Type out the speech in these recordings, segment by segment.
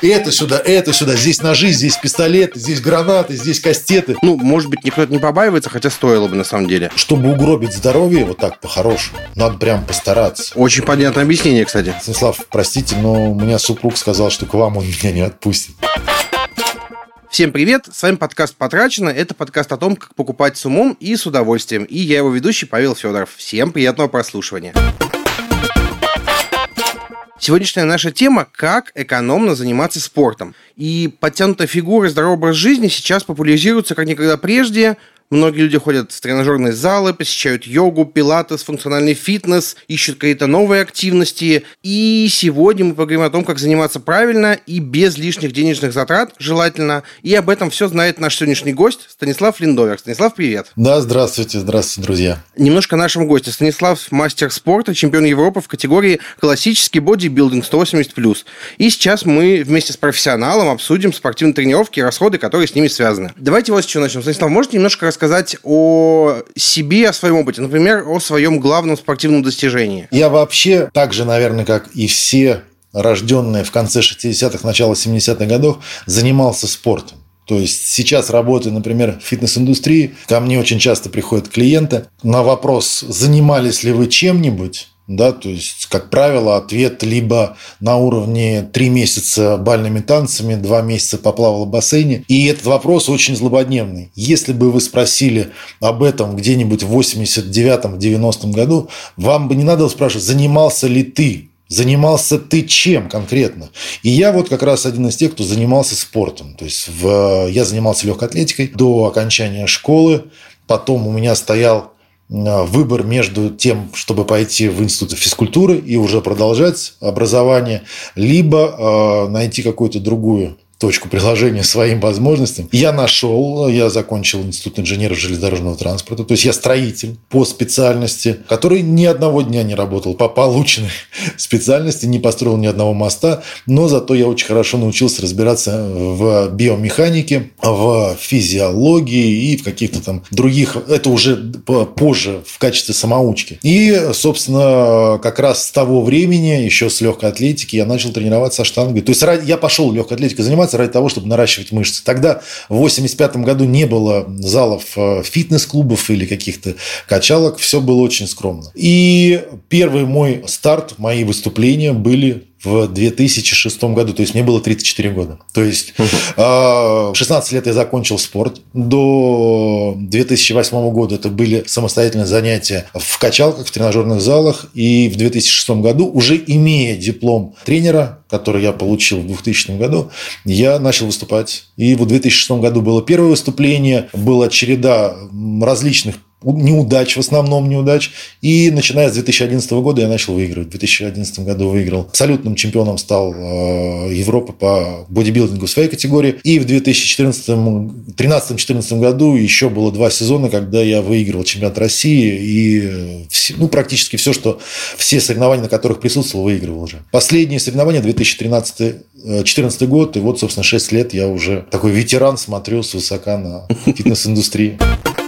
это сюда, здесь ножи, здесь пистолеты, здесь гранаты, здесь кастеты. Может быть, никто не побаивается, хотя стоило бы на самом деле. Чтобы угробить здоровье вот так по-хорошему, надо прям постараться. Очень понятное объяснение, кстати. Станислав, простите, но у меня супруг сказал, что к вам он меня не отпустит. Всем привет, с вами подкаст «Потрачено». Это подкаст о том, как покупать с умом и с удовольствием. И я его ведущий Павел Федоров. Всем приятного прослушивания. Сегодняшняя наша тема – как экономно заниматься спортом. И подтянутая фигура и здоровый образ жизни сейчас популяризируются как никогда прежде. Многие люди ходят в тренажерные залы, посещают йогу, пилатес, функциональный фитнес, ищут какие-то новые активности. И сегодня мы поговорим о том, как заниматься правильно и без лишних денежных затрат, желательно. И об этом все знает наш сегодняшний гость Станислав Линдовер. Станислав, привет. Да, здравствуйте, друзья. Немножко о нашем госте. Станислав – мастер спорта, чемпион Европы в категории классический бодибилдинг 180+. И сейчас мы вместе с профессионалом обсудим спортивные тренировки и расходы, которые с ними связаны. Давайте вот с чего начнем. Станислав, можете немножко рассказать о себе, о своем опыте, например, о своем главном спортивном достижении? Я вообще, так же, наверное, как и все рожденные в конце 60-х, начало 70-х годов, занимался спортом. То есть сейчас работаю, например, в фитнес-индустрии, ко мне очень часто приходят клиенты на вопрос, занимались ли вы чем-нибудь. Да, то есть, как правило, ответ либо на уровне 3 месяца бальными танцами, 2 месяца поплавал в бассейне. И этот вопрос очень злободневный. Если бы вы спросили об этом где-нибудь в 89-90 году, вам бы не надо было спрашивать, занимался ли ты? Занимался ты чем конкретно? И я вот как раз один из тех, кто занимался спортом. То есть, я занимался легкой атлетикой до окончания школы. Потом у меня стоял выбор между тем, чтобы пойти в институт физкультуры и уже продолжать образование, либо найти какую-то другую точку приложения своим возможностям. Я закончил институт инженеров железнодорожного транспорта, то есть я строитель по специальности, который ни одного дня не работал по полученной специальности, не построил ни одного моста, но зато я очень хорошо научился разбираться в биомеханике, в физиологии и в каких-то там других, это уже позже в качестве самоучки. И, собственно, как раз с того времени, еще с легкой атлетики, я начал тренироваться штангой. То есть я пошел легкой атлетикой заниматься ради того, чтобы наращивать мышцы. Тогда в 1985 году не было залов фитнес-клубов или каких-то качалок. Все было очень скромно. И первый мой старт, мои выступления были в 2006 году, то есть мне было 34 года. То есть 16 лет я закончил спорт. До 2008 года это были самостоятельные занятия в качалках, в тренажерных залах. И в 2006 году, уже имея диплом тренера, который я получил в 2000 году, я начал выступать. И в 2006 году было первое выступление, была череда различных неудач, в основном неудач. И начиная с 2011 года я начал выигрывать. В 2011 году выиграл. Абсолютным чемпионом стал Европы по бодибилдингу в своей категории. И в 2013-2014 году еще было 2 сезона, когда я выигрывал чемпионат России. И практически все соревнования, на которых присутствовал, выигрывал уже. Последние соревнования 2013-2014 год. И вот, собственно, 6 лет я уже такой ветеран, смотрю свысока на фитнес-индустрию.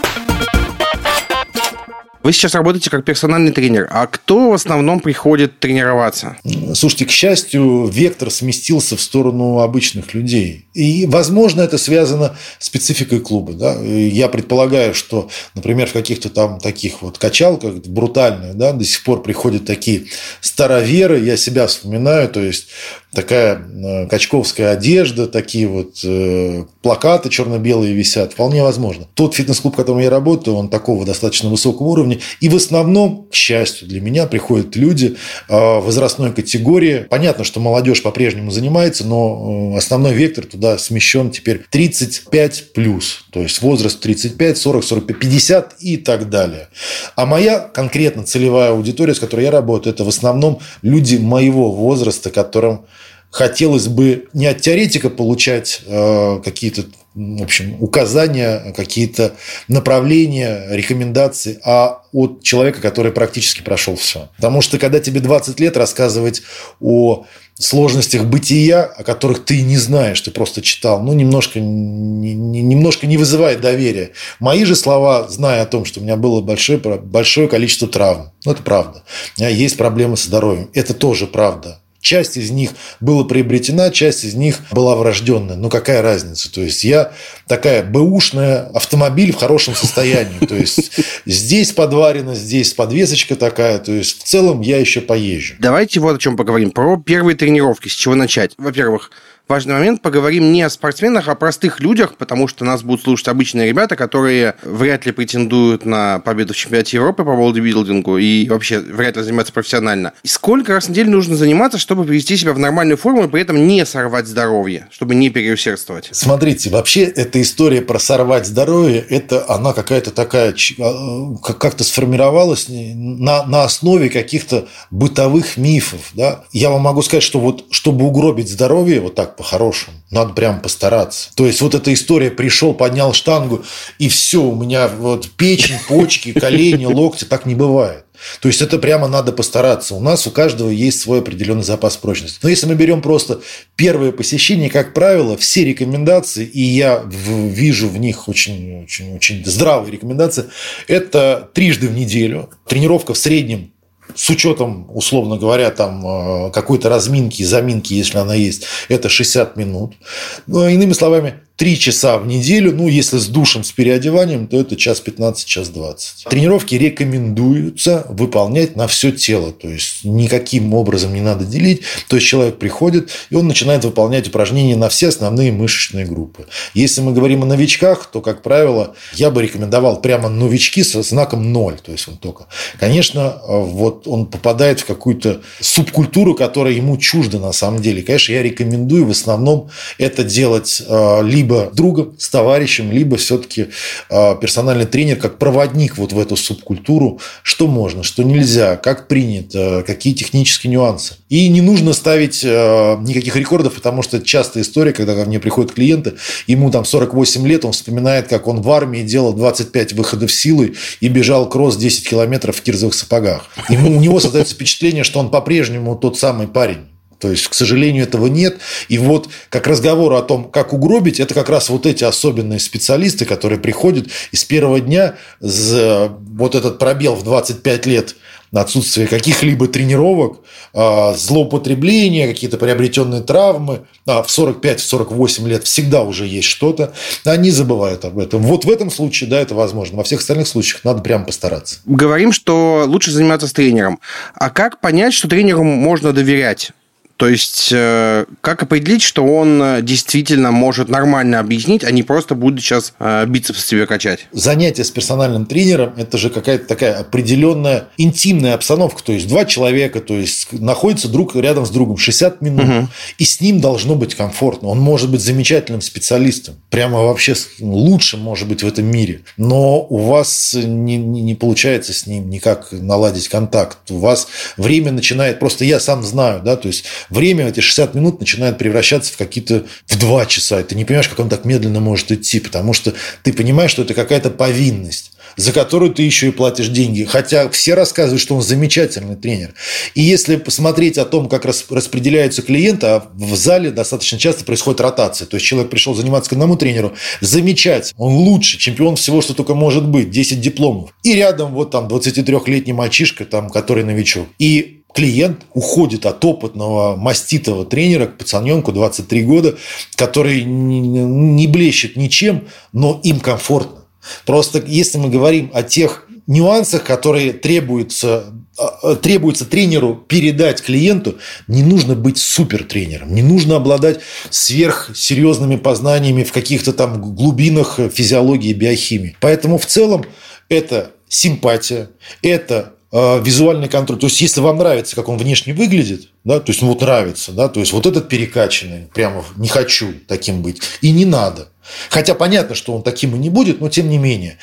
Вы сейчас работаете как персональный тренер. А кто в основном приходит тренироваться? Слушайте, к счастью, вектор сместился в сторону обычных людей. И, возможно, это связано с спецификой клуба. Да? Я предполагаю, что, например, в каких-то там таких вот качалках брутальных, да, до сих пор приходят такие староверы. Я себя вспоминаю, то есть такая качковская одежда, такие вот плакаты черно-белые висят. Вполне возможно. Тот фитнес-клуб, в котором я работаю, он такого достаточно высокого уровня. И в основном, к счастью для меня, приходят люди возрастной категории. Понятно, что молодежь по-прежнему занимается, но основной вектор туда смещен теперь 35+. То есть возраст 35, 40, 45, 50 и так далее. А моя конкретно целевая аудитория, с которой я работаю, это в основном люди моего возраста, которым хотелось бы не от теоретика получать какие-то, в общем, указания, какие-то направления, рекомендации, а от человека, который практически прошел все. Потому что, когда тебе 20 лет, рассказывать о сложностях бытия, о которых ты не знаешь, ты просто читал, немножко не вызывает доверия. Мои же слова, зная о том, что у меня было большое количество травм, это правда. У меня есть проблемы со здоровьем, это тоже правда. Часть из них была приобретена, часть из них была врожденная. Ну, какая разница? То есть, я такая бэушная, автомобиль в хорошем состоянии. То есть, здесь подварено, здесь подвесочка такая. То есть, в целом, я еще поезжу. Давайте вот о чем поговорим. Про первые тренировки. С чего начать? Во-первых, важный момент, поговорим не о спортсменах, а о простых людях, потому что нас будут слушать обычные ребята, которые вряд ли претендуют на победу в чемпионате Европы по бодибилдингу и вообще вряд ли занимаются профессионально. И сколько раз в неделю нужно заниматься, чтобы привести себя в нормальную форму и при этом не сорвать здоровье, чтобы не переусердствовать? Смотрите, вообще эта история про сорвать здоровье, она какая-то такая, как-то сформировалась на основе каких-то бытовых мифов. Да? Я вам могу сказать, что вот чтобы угробить здоровье, вот так по-хорошему, надо прям постараться. То есть, вот эта история, пришел, поднял штангу, и все, у меня вот печень, почки, колени, локти, так не бывает. То есть, это прямо надо постараться. У каждого есть свой определенный запас прочности. Но если мы берем просто первое посещение, как правило, все рекомендации, и я вижу в них очень здравые рекомендации, это 3 раза в неделю. Тренировка в среднем, с учетом, условно говоря, там какой-то разминки и заминки, если она есть, это 60 минут. Но, иными словами, 3 часа в неделю, ну, если с душем, с переодеванием, то это час 15, час 20. Тренировки рекомендуются выполнять на все тело, то есть, никаким образом не надо делить. То есть, человек приходит, и он начинает выполнять упражнения на все основные мышечные группы. Если мы говорим о новичках, то, как правило, я бы рекомендовал прямо новички со знаком 0, то есть, он только. Конечно, вот он попадает в какую-то субкультуру, которая ему чужда на самом деле. Конечно, я рекомендую в основном это делать либо другом, с товарищем, либо все-таки персональный тренер как проводник вот в эту субкультуру, что можно, что нельзя, как принято, какие технические нюансы. И не нужно ставить никаких рекордов, потому что частая история, когда ко мне приходят клиенты, ему там 48 лет, он вспоминает, как он в армии делал 25 выходов силы и бежал кросс 10 километров в кирзовых сапогах. У него создается впечатление, что он по-прежнему тот самый парень. То есть, к сожалению, этого нет. И вот как разговор о том, как угробить, это как раз вот эти особенные специалисты, которые приходят и с первого дня вот этот пробел в 25 лет отсутствие каких-либо тренировок, злоупотребления, какие-то приобретенные травмы, в 45-48 лет всегда уже есть что-то, они забывают об этом. Вот в этом случае, да, это возможно. Во всех остальных случаях надо прямо постараться. Говорим, что лучше заниматься с тренером. А как понять, что тренеру можно доверять? То есть, как определить, что он действительно может нормально объяснить, а не просто будет сейчас бицепс себе качать? Занятие с персональным тренером – это же какая-то такая определенная интимная обстановка. То есть, 2 человека, то есть, находятся друг рядом с другом 60 минут, и с ним должно быть комфортно. Он может быть замечательным специалистом, прямо вообще лучшим, может быть, в этом мире. Но у вас не получается с ним никак наладить контакт. У вас время начинает… Просто я сам знаю, да, то есть… Время, эти 60 минут, начинает превращаться в какие-то в 2 часа. И ты не понимаешь, как он так медленно может идти, потому что ты понимаешь, что это какая-то повинность, за которую ты еще и платишь деньги. Хотя все рассказывают, что он замечательный тренер. И если посмотреть о том, как распределяются клиенты, а в зале достаточно часто происходит ротация. То есть, человек пришел заниматься к одному тренеру, замечательно, он лучший, чемпион всего, что только может быть, 10 дипломов. И рядом вот там 23-летний мальчишка, там, который новичок. И клиент уходит от опытного маститого тренера к пацаненку 23 года, который не блещет ничем, но им комфортно. Просто если мы говорим о тех нюансах, которые требуется тренеру передать клиенту, не нужно быть супертренером, не нужно обладать сверхсерьезными познаниями в каких-то там глубинах физиологии и биохимии. Поэтому в целом это симпатия, это визуальный контроль. То есть, если вам нравится, как он внешне выглядит, да, то есть, вот нравится, да, то есть, вот этот перекачанный, прямо не хочу таким быть, и не надо. Хотя понятно, что он таким и не будет, но тем не менее.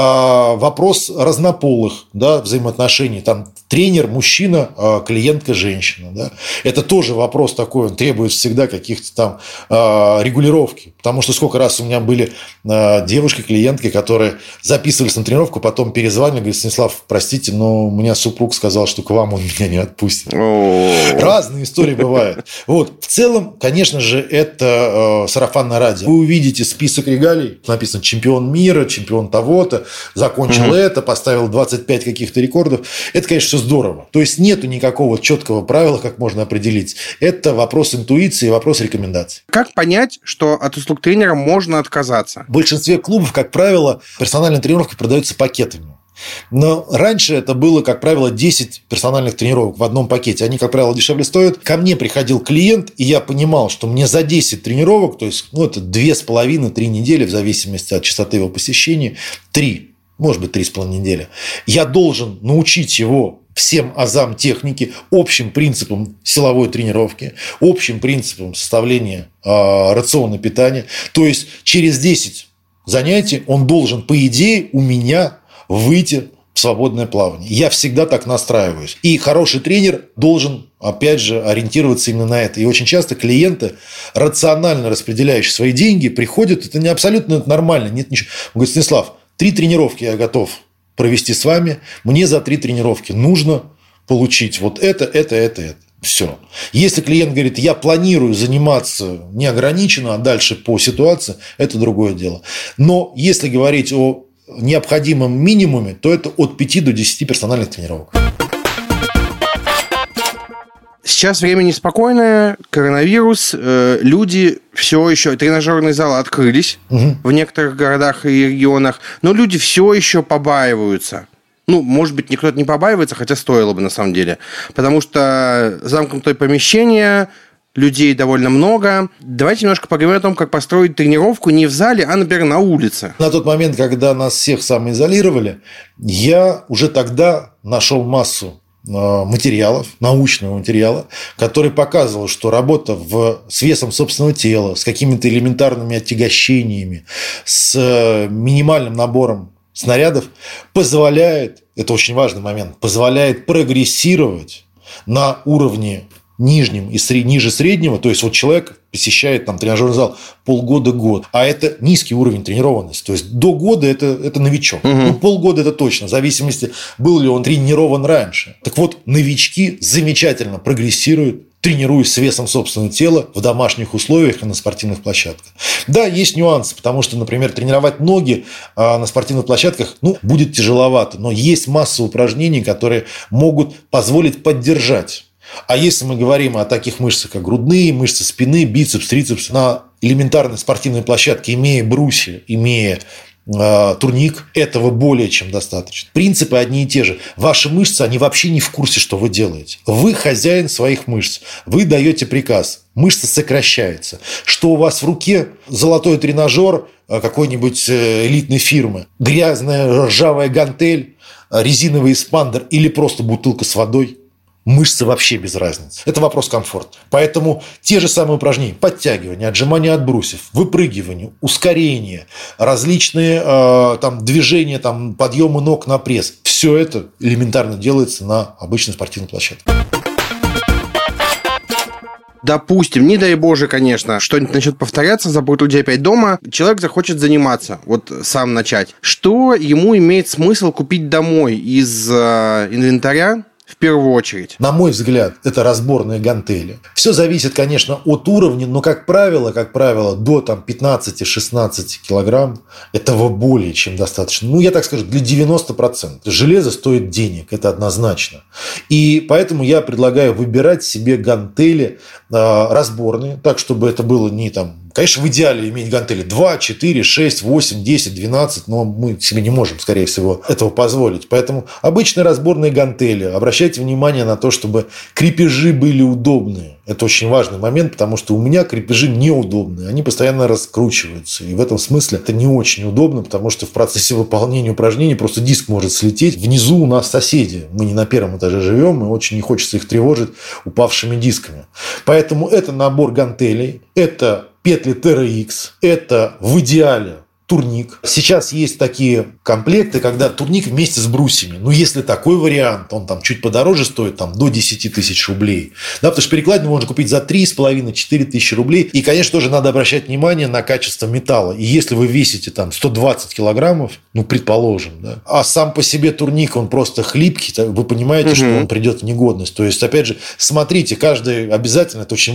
Вопрос разнополых, да, взаимоотношений. Там тренер мужчина, клиентка женщина. Да. Это тоже вопрос такой, он требует всегда каких-то там регулировки. Потому что сколько раз у меня были девушки, клиентки, которые записывались на тренировку, потом перезвонили, говорят: Станислав, простите, но у меня супруг сказал, что к вам он меня не отпустит. Разные истории бывают. Вот. В целом, конечно же, это сарафанное радио. Вы увидите список регалий, написано чемпион мира, чемпион того-то, закончил это, поставил 25 каких-то рекордов. Это, конечно, все здорово. То есть нету никакого четкого правила, как можно определить. Это вопрос интуиции, вопрос рекомендаций. Как понять, что от услуг тренера можно отказаться? В большинстве клубов, как правило, персональные тренировки продаются пакетами. Но раньше это было, как правило, 10 персональных тренировок в одном пакете. Они, как правило, дешевле стоят. Ко мне приходил клиент, и я понимал, что мне за 10 тренировок, то есть это 2,5-3 недели, в зависимости от частоты его посещения, 3, может быть, 3,5 недели, я должен научить его всем азам техники, общим принципам силовой тренировки, общим принципам составления рациона питания. То есть через 10 занятий он должен, по идее, у меня выйти в свободное плавание. Я всегда так настраиваюсь. И хороший тренер должен, опять же, ориентироваться именно на это. И очень часто клиенты, рационально распределяющие свои деньги, приходят, это не абсолютно нормально, нет ничего. Он говорит: Станислав, 3 тренировки я готов провести с вами, мне за 3 тренировки нужно получить вот это. Все. Если клиент говорит: я планирую заниматься неограниченно, а дальше по ситуации, это другое дело. Но если говорить о необходимом минимуме, то это от 5 до 10 персональных тренировок. Сейчас время неспокойное, коронавирус, люди все еще, тренажерные залы открылись в некоторых городах и регионах, но люди все еще побаиваются. Может быть, никто не побаивается, хотя стоило бы на самом деле, потому что замкнутое помещение, людей довольно много. Давайте немножко поговорим о том, как построить тренировку не в зале, а, например, на улице. На тот момент, когда нас всех самоизолировали, я уже тогда нашел массу материалов, научного материала, который показывал, что работа с весом собственного тела, с какими-то элементарными отягощениями, с минимальным набором снарядов позволяет, это очень важный момент, позволяет прогрессировать на уровне нижнем и ниже среднего. То есть вот человек посещает тренажерный зал полгода-год, а это низкий уровень тренированности. То есть до года это новичок. Полгода это точно, в зависимости, был ли он тренирован раньше. Так вот, новички замечательно прогрессируют, тренируясь с весом собственного тела в домашних условиях и на спортивных площадках. Да, есть нюансы, потому что, например, тренировать ноги на спортивных площадках будет тяжеловато, но есть масса упражнений, которые могут позволить поддержать. А если мы говорим о таких мышцах, как грудные, мышцы спины, бицепс, трицепс, на элементарной спортивной площадке, имея брусья, имея турник, этого более чем достаточно. Принципы одни и те же. Ваши мышцы, они вообще не в курсе, что вы делаете. Вы хозяин своих мышц. Вы даете приказ. Мышца сокращается. Что у вас в руке? Золотой тренажер какой-нибудь элитной фирмы, грязная ржавая гантель, резиновый эспандер или просто бутылка с водой. Мышцы вообще без разницы. Это вопрос комфорта. Поэтому те же самые упражнения: подтягивание, отжимание от брусьев, выпрыгивание, ускорение, различные движения, подъемы ног на пресс. Все это элементарно делается на обычной спортивной площадке. Допустим, не дай боже, конечно, что-нибудь начнет повторяться, забудут люди опять дома, человек захочет заниматься, сам начать. Что ему имеет смысл купить домой из инвентаря? В первую очередь. На мой взгляд, это разборные гантели. Все зависит, конечно, от уровня, но, как правило, до 15-16 килограмм этого более чем достаточно. Я так скажу, для 90%. Железо стоит денег, это однозначно. И поэтому я предлагаю выбирать себе гантели разборные, так, чтобы это было не Конечно, в идеале иметь гантели 2, 4, 6, 8, 10, 12, но мы себе не можем, скорее всего, этого позволить. Поэтому обычные разборные гантели. Обращайте внимание на то, чтобы крепежи были удобные. Это очень важный момент, потому что у меня крепежи неудобные. Они постоянно раскручиваются. И в этом смысле это не очень удобно, потому что в процессе выполнения упражнений просто диск может слететь. Внизу у нас соседи. Мы не на первом этаже живем, и очень не хочется их тревожить упавшими дисками. Поэтому это набор гантелей, это петли TRX, это в идеале турник. Сейчас есть такие комплекты, когда турник вместе с брусьями. Если такой вариант, он чуть подороже стоит, до 10 тысяч рублей. Потому что перекладину можно купить за 3,5-4 тысячи рублей. И, конечно, тоже надо обращать внимание на качество металла. И если вы весите 120 килограммов, предположим, да, а сам по себе турник, он просто хлипкий, вы понимаете, что он придет в негодность. То есть, опять же, смотрите, каждый обязательно, это очень важно,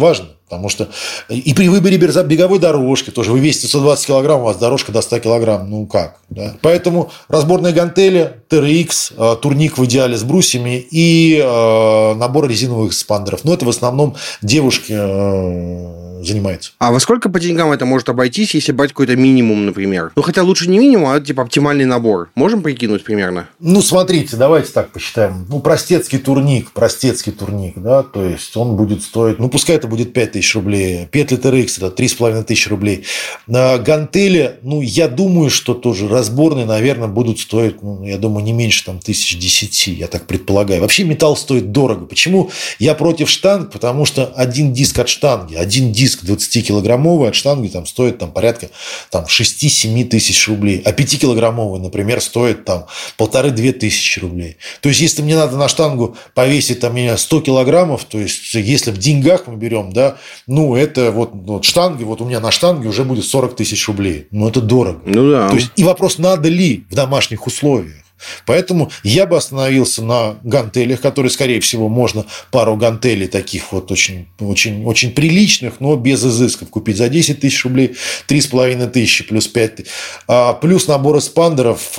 Потому что и при выборе беговой дорожки тоже вы весите 120 килограмм, у вас дорожка до 100 килограмм. Ну как? Да? Поэтому разборные гантели, TRX, турник в идеале с брусьями и набор резиновых экспандеров. Но это в основном девушки занимаются. А во сколько по деньгам это может обойтись, если брать какой-то минимум, например? Ну, хотя лучше не минимум, а типа оптимальный набор. Можем прикинуть примерно? Ну, смотрите, давайте так посчитаем. Ну, простецкий турник, да, то есть он будет стоить, ну, пускай это будет 5000 рублей. Петли TRX это 3500 рублей. Гантели, ну, я думаю, что тоже разборные, наверное, будут стоить, ну, я думаю, не меньше там 1010, я так предполагаю. Вообще металл стоит дорого. Почему я против штанг? Потому что один диск от штанги, один диск 20-килограммовый от штанги там стоит там, порядка там, 6-7 тысяч рублей. А 5-килограммовый, например, стоит там 1500-2000 рублей. То есть, если мне надо на штангу повесить там, 100 килограммов, то есть, если в деньгах мы берем, да, ну, это вот штанги, вот у меня на штанге уже будет 40 тысяч рублей. Ну, это дорого. Ну, да. То есть, и вопрос, надо ли в домашних условиях. Поэтому я бы остановился на гантелях, которые, скорее всего, можно пару гантелей таких вот очень, очень, очень приличных, но без изысков купить за 10 тысяч рублей, 3500 плюс 5 тысяч. Плюс набор эспандеров,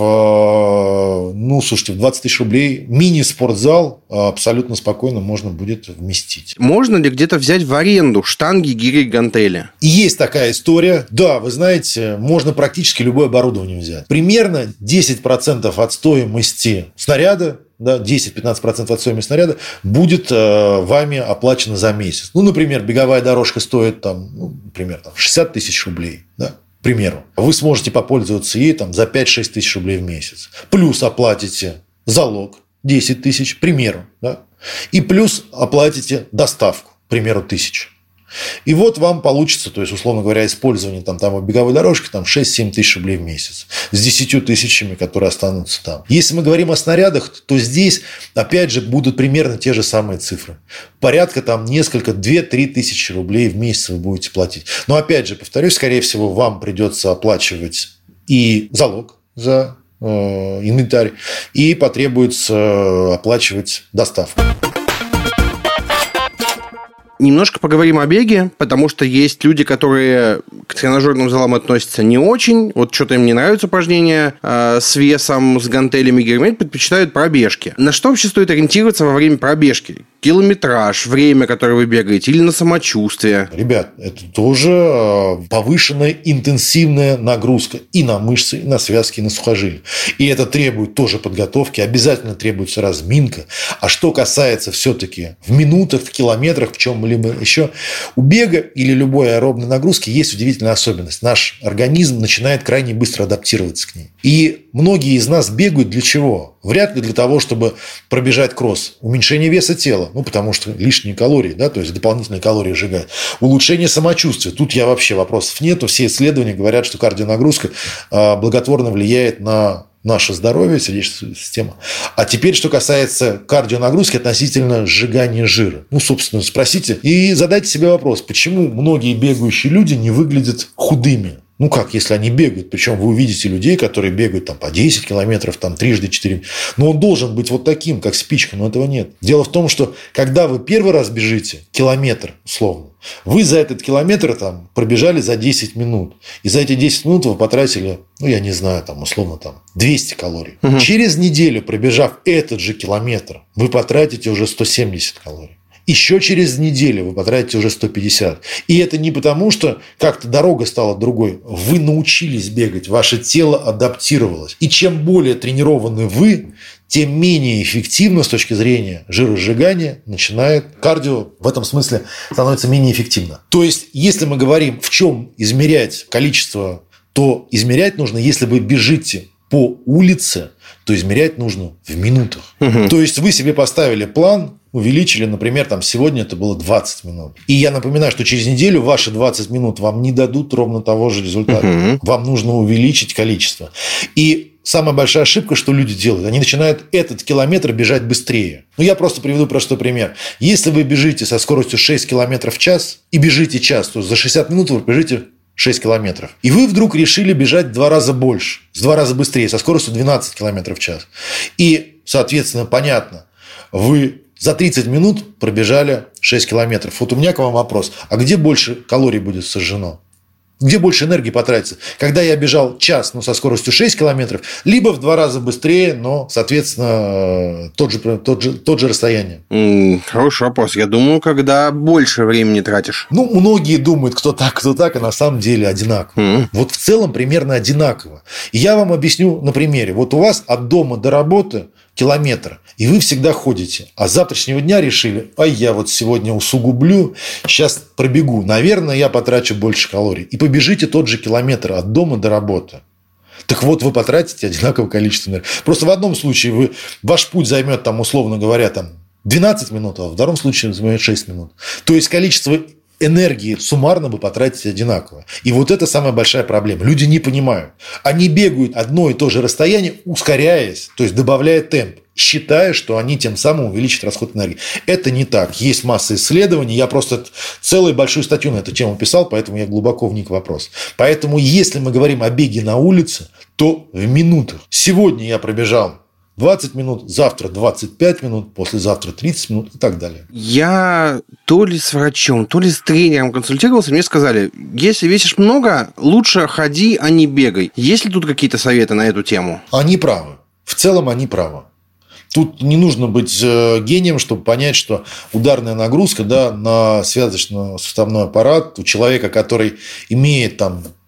ну, слушайте, в 20 тысяч рублей мини-спортзал абсолютно спокойно можно будет вместить. Можно ли где-то взять в аренду штанги, гири, гантели? И есть такая история. Да, вы знаете, можно практически любое оборудование взять. Примерно 10% от стоимости снаряда, да, 10-15% от стоимости снаряда будет вами оплачено за месяц. Ну, например, беговая дорожка стоит там, ну, например, 60 тысяч рублей, да, к примеру. Вы сможете попользоваться ей там, за 5-6 тысяч рублей в месяц. Плюс оплатите залог 10 тысяч, к примеру. Да, и плюс оплатите доставку, к примеру, 1000. И вот вам получится, то есть, условно говоря, использование там беговой дорожки там 6-7 тысяч рублей в месяц с 10 тысячами, которые останутся там. Если мы говорим о снарядах, то здесь, опять же, будут примерно те же самые цифры. Порядка там несколько, 2-3 тысячи рублей в месяц вы будете платить. Но, опять же, повторюсь, скорее всего, вам придется оплачивать и залог за инвентарь, и потребуется оплачивать доставку. Немножко поговорим о беге, потому что есть люди, которые к тренажерным залам относятся не очень. Вот что-то им не нравятся упражнения с весом, с гантелями, гирями, предпочитают пробежки. На что вообще стоит ориентироваться во время пробежки? Километраж, время, которое вы бегаете, или на самочувствие? Ребят, это тоже повышенная интенсивная нагрузка и на мышцы, и на связки, и на сухожилия. И это требует тоже подготовки, обязательно требуется разминка. А что касается все-таки в минутах, в километрах, в чем-либо еще, у бега или любой аэробной нагрузки есть удивительная особенность. Наш организм начинает крайне быстро адаптироваться к ней. И многие из нас бегают для чего? Вряд ли для того, чтобы пробежать кросс. Уменьшение веса тела, ну, потому что лишние калории, да, то есть дополнительные калории сжигать. Улучшение самочувствия. Тут я вообще вопросов нету. Все исследования говорят, что кардионагрузка благотворно влияет на наше здоровье, сердечная система. А теперь, что касается кардионагрузки относительно сжигания жира. Ну, собственно, спросите и задайте себе вопрос, почему многие бегающие люди не выглядят худыми? Ну как, если они бегают? Причем вы увидите людей, которые бегают там, по 10 километров, там, трижды 4. Но он должен быть вот таким, как спичка, но этого нет. Дело в том, что когда вы первый раз бежите километр, условно, вы за этот километр там, пробежали за 10 минут. И за эти 10 минут вы потратили, ну, я не знаю, там, условно, там, 200 калорий. Угу. Через неделю, пробежав этот же километр, вы потратите уже 170 калорий. Еще через неделю вы потратите уже 150. И это не потому, что как-то дорога стала другой. Вы научились бегать, ваше тело адаптировалось. И чем более тренированы вы, тем менее эффективно с точки зрения жиросжигания начинает кардио в этом смысле становится менее эффективно. То есть, если мы говорим, в чем измерять количество, то измерять нужно, если вы бежите по улице, то измерять нужно в минутах. Угу. То есть, вы себе поставили план, увеличили, например, там, сегодня это было 20 минут. И я напоминаю, что через неделю ваши 20 минут вам не дадут ровно того же результата. Угу. Вам нужно увеличить количество. И самая большая ошибка, что люди делают, они начинают этот километр бежать быстрее. Ну, я просто приведу простой пример. Если вы бежите со скоростью 6 километров в час и бежите час, то за 60 минут вы бежите 6 километров. И вы вдруг решили бежать в 2 раза больше, в 2 раза быстрее, со скоростью 12 километров в час. И, соответственно, понятно, вы За 30 минут пробежали 6 километров. Вот у меня к вам вопрос. А где больше калорий будет сожжено? Где больше энергии потратится? Когда я бежал час, со скоростью 6 километров, либо в 2 раза быстрее, но, соответственно, тот же расстояние. Хороший вопрос. Я думаю, когда больше времени тратишь. Многие думают, кто так, а на самом деле одинаково. Вот в целом примерно одинаково. И я вам объясню на примере. Вот у вас от дома до работы километр, и вы всегда ходите. А с завтрашнего дня решили, я вот сегодня усугублю, сейчас пробегу. Наверное, я потрачу больше калорий. И побежите тот же километр от дома до работы. Так вот, вы потратите одинаковое количество энергии. Просто в одном случае ваш путь займет, условно говоря, 12 минут, а в втором случае займет 6 минут. То есть, количество энергии суммарно вы потратите одинаково. И вот это самая большая проблема. Люди не понимают. Они бегают одно и то же расстояние, ускоряясь, то есть добавляя темп, считая, что они тем самым увеличат расход энергии. Это не так. Есть масса исследований. Я просто целую большую статью на эту тему писал, поэтому я глубоко вник в вопрос. Поэтому, если мы говорим о беге на улице, то в минутах. Сегодня я пробежал 20 минут, завтра 25 минут, послезавтра 30 минут и так далее. Я то ли с врачом, то ли с тренером консультировался, мне сказали, если весишь много, лучше ходи, а не бегай. Есть ли тут какие-то советы на эту тему? Они правы. В целом они правы. Тут не нужно быть гением, чтобы понять, что ударная нагрузка на связочно-суставной аппарат у человека, который имеет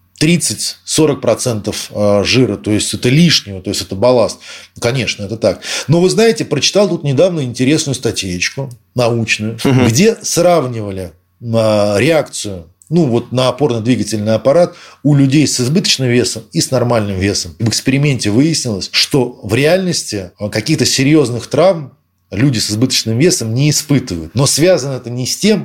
30-40% жира, то есть это лишнего, то есть это балласт. Конечно, это так. Но вы знаете, прочитал тут недавно интересную статейку научную, где сравнивали реакцию на опорно-двигательный аппарат у людей с избыточным весом и с нормальным весом. В эксперименте выяснилось, что в реальности каких-то серьезных травм люди с избыточным весом не испытывают. Но связано это не с тем,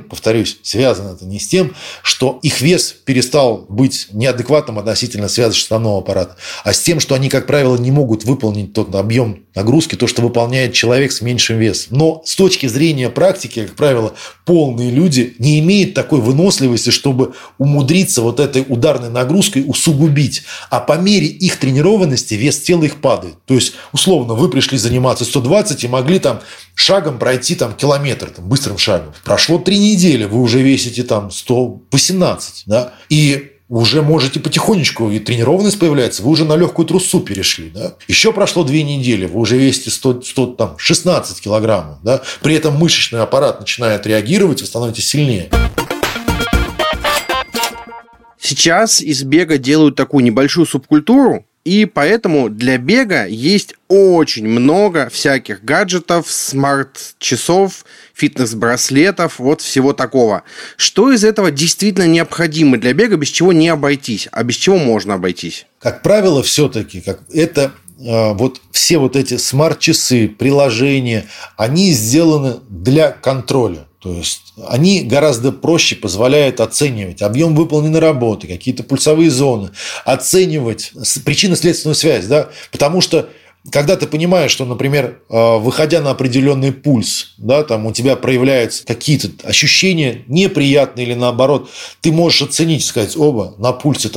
что их вес перестал быть неадекватным относительно связочно-суставного аппарата, а с тем, что они, как правило, не могут выполнить тот объем нагрузки, то, что выполняет человек с меньшим весом. Но с точки зрения практики, как правило, полные люди не имеют такой выносливости, чтобы умудриться вот этой ударной нагрузкой усугубить. А по мере их тренированности вес тела их падает. То есть, условно, вы пришли заниматься 120 и могли шагом пройти километр, быстрым шагом. Прошло 3 недели, вы уже весите 118, да, и уже можете потихонечку, и тренированность появляется, вы уже на легкую трусу перешли, да. Еще прошло 2 недели, вы уже весите 16 килограммов, да, при этом мышечный аппарат начинает реагировать, вы становитесь сильнее. Сейчас из бега делают такую небольшую субкультуру, и поэтому для бега есть очень много всяких гаджетов, смарт-часов, фитнес-браслетов, вот всего такого. Что из этого действительно необходимо для бега, без чего не обойтись, а без чего можно обойтись? Как правило, все-таки это все эти смарт-часы, приложения, они сделаны для контроля. То есть они гораздо проще позволяют оценивать объем выполненной работы, какие-то пульсовые зоны, оценивать причинно-следственную связь. Да? Потому что когда ты понимаешь, что, например, выходя на определенный пульс, да, у тебя проявляются какие-то ощущения неприятные или наоборот, ты можешь оценить, сказать, на пульсе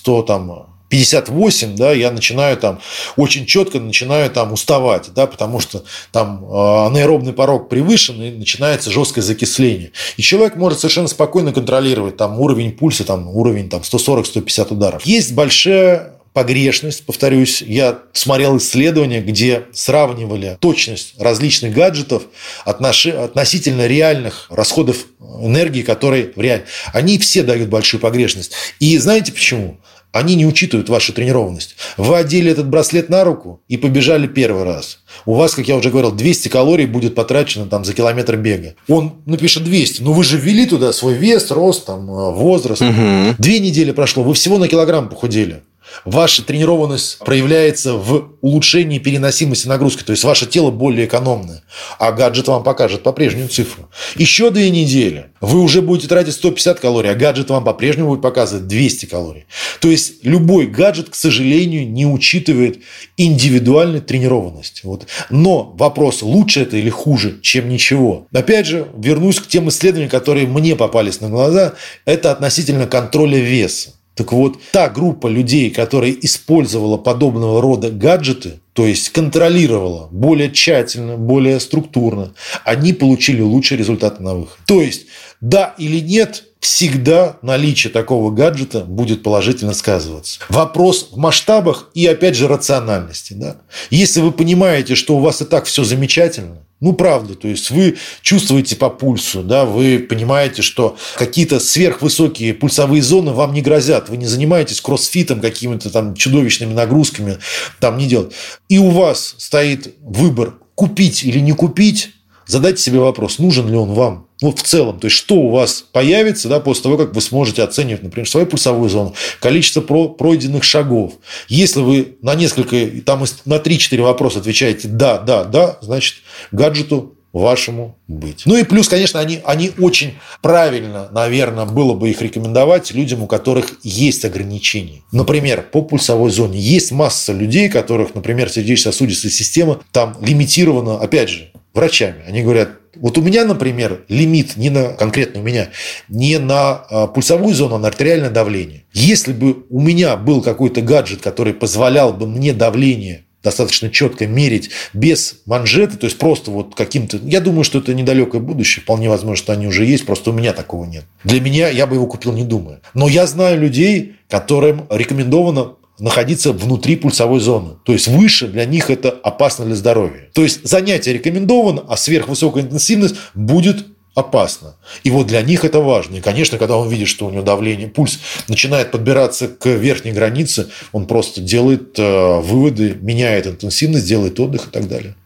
58, да, я начинаю очень четко уставать, да, потому что анаэробный порог превышен и начинается жесткое закисление. И человек может совершенно спокойно контролировать уровень пульса, уровень 140-150 ударов. Есть большая погрешность, повторюсь, я смотрел исследования, где сравнивали точность различных гаджетов относительно реальных расходов энергии, которые в реальности. Они все дают большую погрешность. И знаете почему? Они не учитывают вашу тренированность. Вы одели этот браслет на руку и побежали первый раз. У вас, как я уже говорил, 200 калорий будет потрачено за километр бега. Он напишет 200, но вы же ввели туда свой вес, рост, возраст. 2 недели прошло, вы всего на килограмм похудели. Ваша тренированность проявляется в улучшении переносимости нагрузки, то есть ваше тело более экономное, а гаджет вам покажет по-прежнему цифру. Еще 2 недели вы уже будете тратить 150 калорий, а гаджет вам по-прежнему будет показывать 200 калорий. То есть любой гаджет, к сожалению, не учитывает индивидуальной тренированности. Но вопрос, лучше это или хуже, чем ничего. Опять же, вернусь к тем исследованиям, которые мне попались на глаза, это относительно контроля веса. Так вот, та группа людей, которая использовала подобного рода гаджеты, то есть контролировала более тщательно, более структурно, они получили лучшие результаты на выходе. То есть, да или нет, всегда наличие такого гаджета будет положительно сказываться. Вопрос в масштабах и, опять же, рациональности. Да? Если вы понимаете, что у вас и так все замечательно, ну, правда, то есть вы чувствуете по пульсу, да, вы понимаете, что какие-то сверхвысокие пульсовые зоны вам не грозят, вы не занимаетесь кроссфитом, какими-то там чудовищными нагрузками, там не делать. И у вас стоит выбор купить или не купить, задайте себе вопрос, нужен ли он вам. Ну, в целом, то есть, что у вас появится, да, после того, как вы сможете оценивать, например, свою пульсовую зону, количество пройденных шагов. Если вы на несколько, там на 3-4 вопроса отвечаете «да», значит, гаджету вашему быть. Ну и плюс, конечно, они очень правильно, наверное, было бы их рекомендовать людям, у которых есть ограничения. Например, по пульсовой зоне. Есть масса людей, которых, например, сердечно-сосудистая система там лимитирована, опять же, врачами. Они говорят, вот у меня, например, лимит конкретно у меня не на пульсовую зону, а на артериальное давление. Если бы у меня был какой-то гаджет, который позволял бы мне давление достаточно четко мерить без манжеты, то есть просто вот каким-то... Я думаю, что это недалекое будущее, вполне возможно, что они уже есть, просто у меня такого нет. Для меня я бы его купил, не думая. Но я знаю людей, которым рекомендовано находиться внутри пульсовой зоны. То есть, выше для них это опасно для здоровья. То есть, занятие рекомендовано, а сверхвысокая интенсивность будет опасно. И вот для них это важно. И, конечно, когда он видит, что у него давление, пульс начинает подбираться к верхней границе, он просто делает выводы, меняет интенсивность, делает отдых и так далее.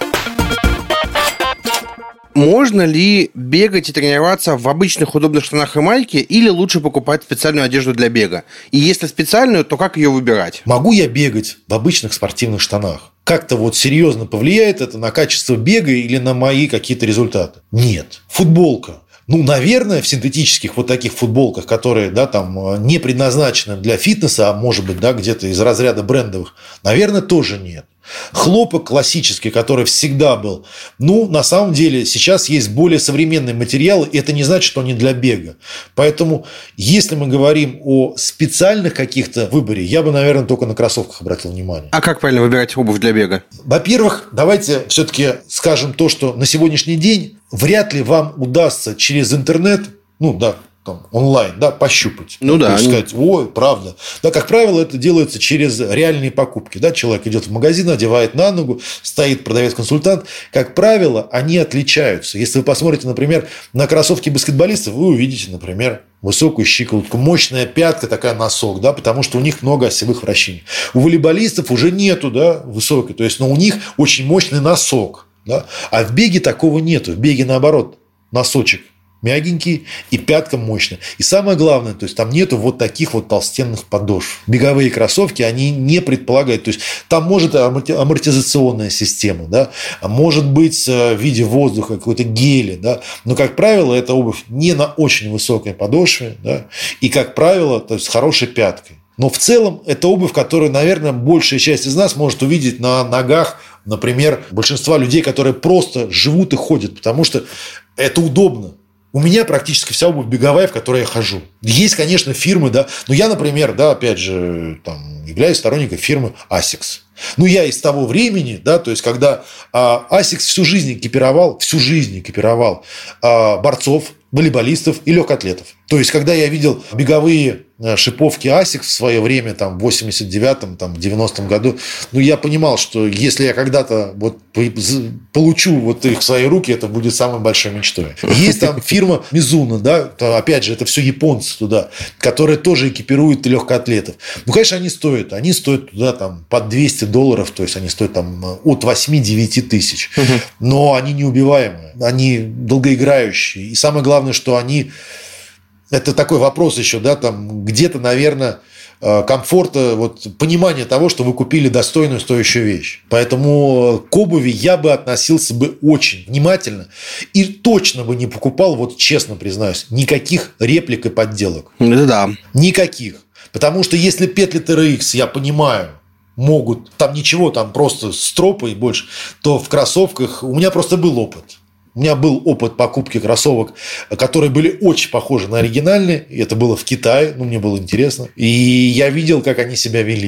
Можно ли бегать и тренироваться в обычных удобных штанах и майке, или лучше покупать специальную одежду для бега? И если специальную, то как ее выбирать? Могу я бегать в обычных спортивных штанах? Как-то вот серьезно повлияет это на качество бега или на мои какие-то результаты? Нет. Футболка. Ну, наверное, в синтетических вот таких футболках, которые, да, там не предназначены для фитнеса, а может быть, да, где-то из разряда брендовых, наверное, тоже нет. Хлопок классический, который всегда был, ну, на самом деле, сейчас есть более современные материалы, и это не значит, что они для бега. Поэтому, если мы говорим о специальных каких-то выборе, я бы, наверное, только на кроссовках обратил внимание. А как правильно выбирать обувь для бега? Во-первых, давайте все-таки скажем то, что на сегодняшний день вряд ли вам удастся через интернет, ну, да, там, онлайн, да, пощупать. Ну да. То есть сказать, ой, правда. Да, как правило, это делается через реальные покупки. Да, человек идет в магазин, одевает на ногу, стоит продавец-консультант. Как правило, они отличаются. Если вы посмотрите, например, на кроссовки баскетболистов, вы увидите, например, высокую щиколотку, мощная пятка, такая носок, да, потому что у них много осевых вращений. У волейболистов уже нету, да, высокой, то есть, но у них очень мощный носок, да, а в беге такого нету. В беге наоборот, носочек мягенький и пятка мощная. И самое главное, то есть там нету вот таких вот толстенных подошв. Беговые кроссовки, они не предполагают, то есть там может амортизационная система, да, а может быть в виде воздуха, какой-то геля, да, но, как правило, это обувь не на очень высокой подошве, да, и, как правило, то есть с хорошей пяткой. Но в целом это обувь, которую, наверное, большая часть из нас может увидеть на ногах, например, большинства людей, которые просто живут и ходят, потому что это удобно. У меня практически вся обувь беговая, в которой я хожу. Есть, конечно, фирмы, да, но я, например, да, опять же, там, являюсь сторонником фирмы Asics. Ну, я из того времени, да, то есть, когда Asics всю жизнь экипировал борцов, волейболистов и легкоатлетов. То есть, когда я видел беговые шиповки Asics в свое время, там, в 89-м, там, в 90-м году, ну, я понимал, что если я когда-то вот получу вот их в свои руки, это будет самой большой мечтой. Есть там фирма Mizuno, да, опять же, это все японцы туда, которые тоже экипируют легкоатлетов. Ну, конечно, они стоят туда там под $200, то есть, они стоят там от 8-9 тысяч. Но они неубиваемые, они долгоиграющие. И самое главное, что они... Это такой вопрос еще, да, там где-то, наверное, комфорта, вот, понимание того, что вы купили достойную, стоящую вещь. Поэтому к обуви я бы относился бы очень внимательно и точно бы не покупал, вот честно признаюсь, никаких реплик и подделок. Это да. Никаких. Потому что если петли TRX, я понимаю, могут, там ничего, там просто стропы и больше, то в кроссовках у меня просто был опыт. У меня был опыт покупки кроссовок, которые были очень похожи на оригинальные. Это было в Китае, мне было интересно. И я видел, как они себя вели.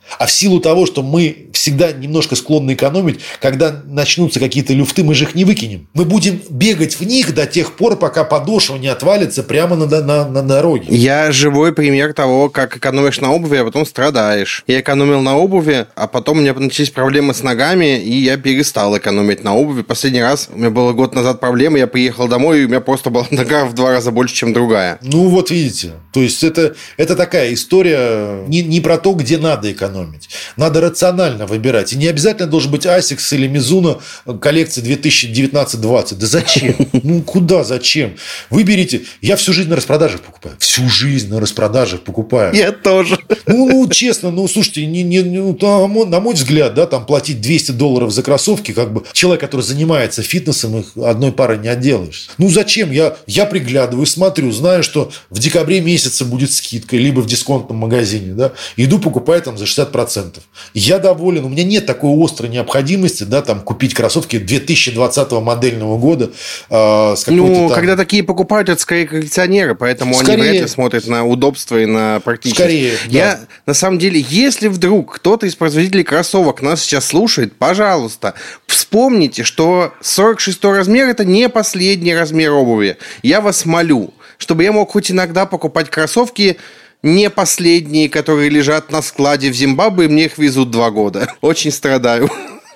А в силу того, что мы всегда немножко склонны экономить, когда начнутся какие-то люфты, мы же их не выкинем. Мы будем бегать в них до тех пор, пока подошва не отвалится прямо на дороге. Я живой пример того, как экономишь на обуви, а потом страдаешь. Я экономил на обуви, а потом у меня начались проблемы с ногами, и я перестал экономить на обуви. Последний раз, у меня было год назад проблема, я приехал домой, и у меня просто была нога в 2 раза больше, чем другая. Ну, вот видите. То есть, это такая история не про то, где надо экономить. Надо рационально выбирать. И не обязательно должен быть Asics или Mizuno коллекции 2019-20. Да зачем? Ну, куда зачем? Выберите. Я всю жизнь на распродажах покупаю. Всю жизнь на распродажах покупаю. Я тоже. Ну, честно, слушайте, на мой взгляд, да, там платить $200 за кроссовки, как бы человек, который занимается фитнесом, их одной парой не отделаешь. Ну, зачем? Я приглядываю, смотрю, знаю, что в декабре месяце будет скидка, либо в дисконтном магазине, да, иду покупаю там за 60%. Я доволен. У меня нет такой острой необходимости, да, там, купить кроссовки 2020 модельного года. Когда такие покупают, это скорее коллекционеры, поэтому они вряд ли смотрят на удобство и на практичность. Скорее, да. На самом деле, если вдруг кто-то из производителей кроссовок нас сейчас слушает, пожалуйста, вспомните, что 46-й размер – это не последний размер обуви. Я вас молю, чтобы я мог хоть иногда покупать кроссовки не последние, которые лежат на складе в Зимбабве, и мне их везут 2 года. Очень страдаю.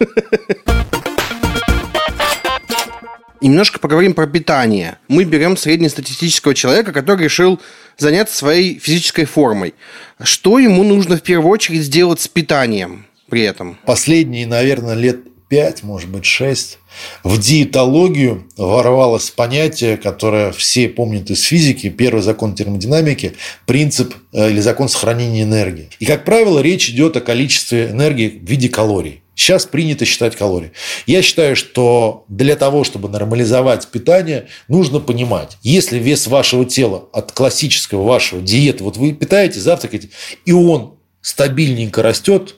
Немножко поговорим про питание. Мы берем среднестатистического человека, который решил заняться своей физической формой. Что ему нужно в первую очередь сделать с питанием при этом? Последние, наверное, лет 5, может быть, 6, в диетологию ворвалось понятие, которое все помнят из физики, первый закон термодинамики, принцип или закон сохранения энергии. И, как правило, речь идет о количестве энергии в виде калорий. Сейчас принято считать калории. Я считаю, что для того, чтобы нормализовать питание, нужно понимать, если вес вашего тела от классического вашего диеты, вот вы питаете, завтракаете, и он стабильненько растет,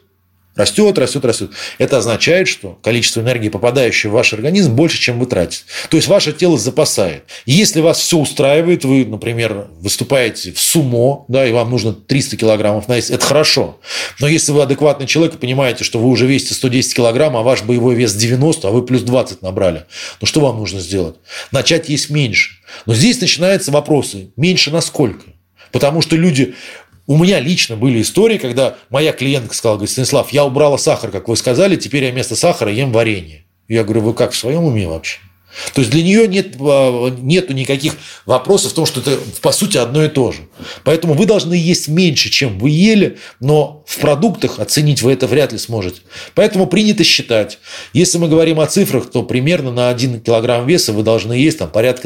это означает, что количество энергии, попадающей в ваш организм, больше, чем вы тратите. То есть, ваше тело запасает. Если вас все устраивает, вы, например, выступаете в сумо, да, и вам нужно 300 килограммов наесть, это хорошо. Но если вы адекватный человек и понимаете, что вы уже весите 110 килограмм, а ваш боевой вес 90, а вы плюс 20 набрали, ну, что вам нужно сделать? Начать есть меньше. Но здесь начинаются вопросы. Меньше на сколько? Потому что люди... У меня лично были истории, когда моя клиентка сказала, говорит: Станислав, я убрала сахар, как вы сказали, теперь я вместо сахара ем варенье. Я говорю: вы как, в своем уме вообще? То есть, для нее нету никаких вопросов в том, что это, по сути, одно и то же. Поэтому вы должны есть меньше, чем вы ели, но в продуктах оценить вы это вряд ли сможете. Поэтому принято считать, если мы говорим о цифрах, то примерно на 1 килограмм веса вы должны есть там, порядка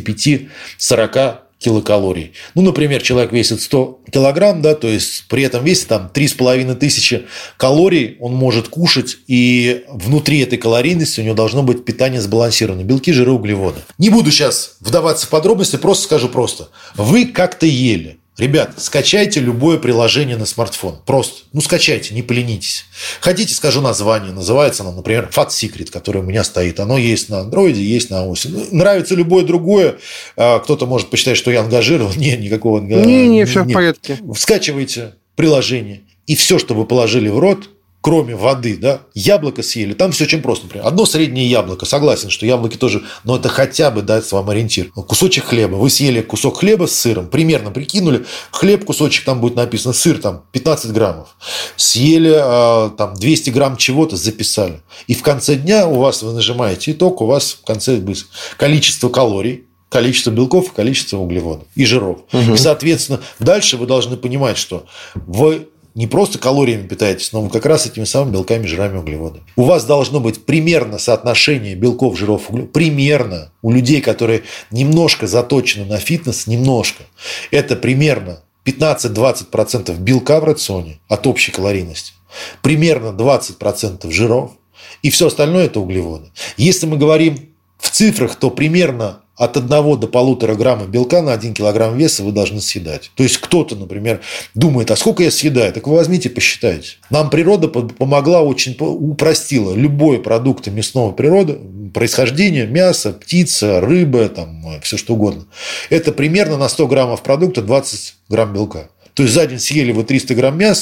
35-40 килокалорий. Ну, например, человек весит 100 килограмм, да, то есть при этом весит там 3500 калорий он может кушать, и внутри этой калорийности у него должно быть питание сбалансированное. Белки, жиры, углеводы. Не буду сейчас вдаваться в подробности, просто скажу просто. Вы как-то ели. Ребят, скачайте любое приложение на смартфон. Просто. Скачайте, не поленитесь. Хотите, скажу название. Называется оно, например, Fat Secret, которое у меня стоит. Оно есть на андроиде, есть на iOS. Нравится любое другое. Кто-то может посчитать, что я ангажирован. Нет, никакого ангажирования. Не, все в порядке. Скачивайте приложение. И все, что вы положили в рот, кроме воды, да, яблоко съели, там все очень просто. Например, одно среднее яблоко, согласен, что яблоки тоже, но это хотя бы дает вам ориентир. Кусочек хлеба, вы съели кусок хлеба с сыром, примерно прикинули, хлеб, кусочек, там будет написано сыр, там 15 граммов. Съели там 200 грамм чего-то, записали. И в конце дня у вас, вы нажимаете итог, у вас в конце количество калорий, количество белков, количество углеводов и жиров. Угу. И, соответственно, дальше вы должны понимать, что вы не просто калориями питаетесь, но как раз этими самыми белками, жирами, углеводами. У вас должно быть примерно соотношение белков, жиров, углеводов. Примерно. У людей, которые немножко заточены на фитнес, немножко. Это примерно 15-20% белка в рационе от общей калорийности. Примерно 20% жиров. И все остальное – это углеводы. Если мы говорим в цифрах, то примерно от 1 до 1,5 грамма белка на 1 килограмм веса вы должны съедать. То есть, кто-то, например, думает, а сколько я съедаю? Так вы возьмите, посчитайте. Нам природа помогла, очень упростила любой продукт мясного происхождения, мясо, птица, рыба, там, все что угодно. Это примерно на 100 граммов продукта 20 грамм белка. То есть, за день съели вы 300 грамм мяса,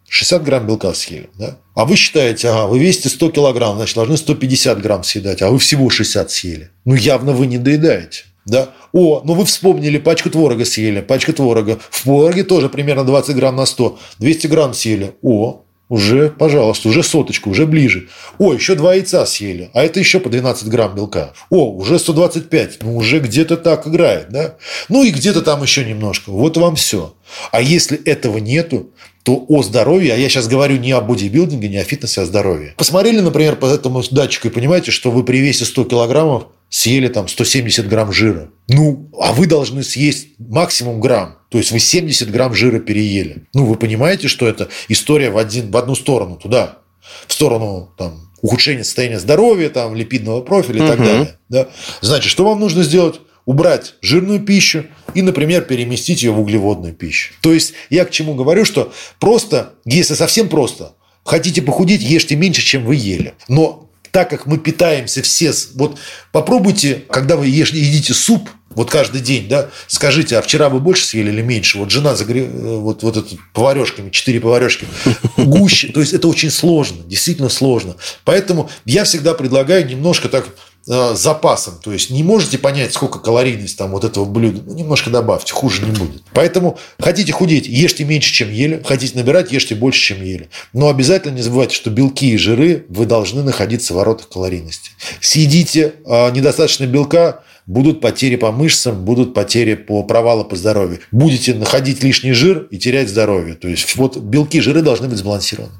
60 грамм белка съели, да? А вы считаете, вы весите 100 килограмм, значит, должны 150 грамм съедать, а вы всего 60 съели. Явно вы не доедаете. Да? Вы вспомнили, пачку творога съели, пачка творога. В твороге тоже примерно 20 грамм на 100. 200 грамм съели. Уже, пожалуйста, уже соточку, уже ближе. Еще 2 яйца съели, а это еще по 12 грамм белка. Уже 125, уже где-то так играет, да? И где-то там еще немножко. Вот вам все. А если этого нету, то о здоровье, а я сейчас говорю не о бодибилдинге, не о фитнесе, а о здоровье. Посмотрели, например, по этому датчику и понимаете, что вы при весе 100 килограммов съели там 170 грамм жира. А вы должны съесть максимум грамм. То есть вы 70 грамм жира переели. Вы понимаете, что это история в одну сторону, туда. В сторону ухудшения состояния здоровья, липидного профиля и так далее. Да? Значит, что вам нужно сделать? Убрать жирную пищу и, например, переместить ее в углеводную пищу. То есть я к чему говорю, что просто, если совсем просто, хотите похудеть, ешьте меньше, чем вы ели. Но так как мы питаемся все... Попробуйте, когда вы едите суп, каждый день, да, скажите, а вчера вы больше съели или меньше? Жена это поварешками, 4 поварешки, гуще. То есть это очень сложно, действительно сложно. Поэтому я всегда предлагаю немножко так с запасом. То есть не можете понять, сколько калорийность этого блюда, немножко добавьте, хуже не будет. Поэтому хотите худеть, ешьте меньше, чем ели. Хотите набирать, ешьте больше, чем ели. Но обязательно не забывайте, что белки и жиры вы должны находиться в воротах калорийности. Съедите недостаточно белка, будут потери по мышцам, будут потери по провалу по здоровью. Будете находить лишний жир и терять здоровье. То есть белки и жиры должны быть сбалансированы.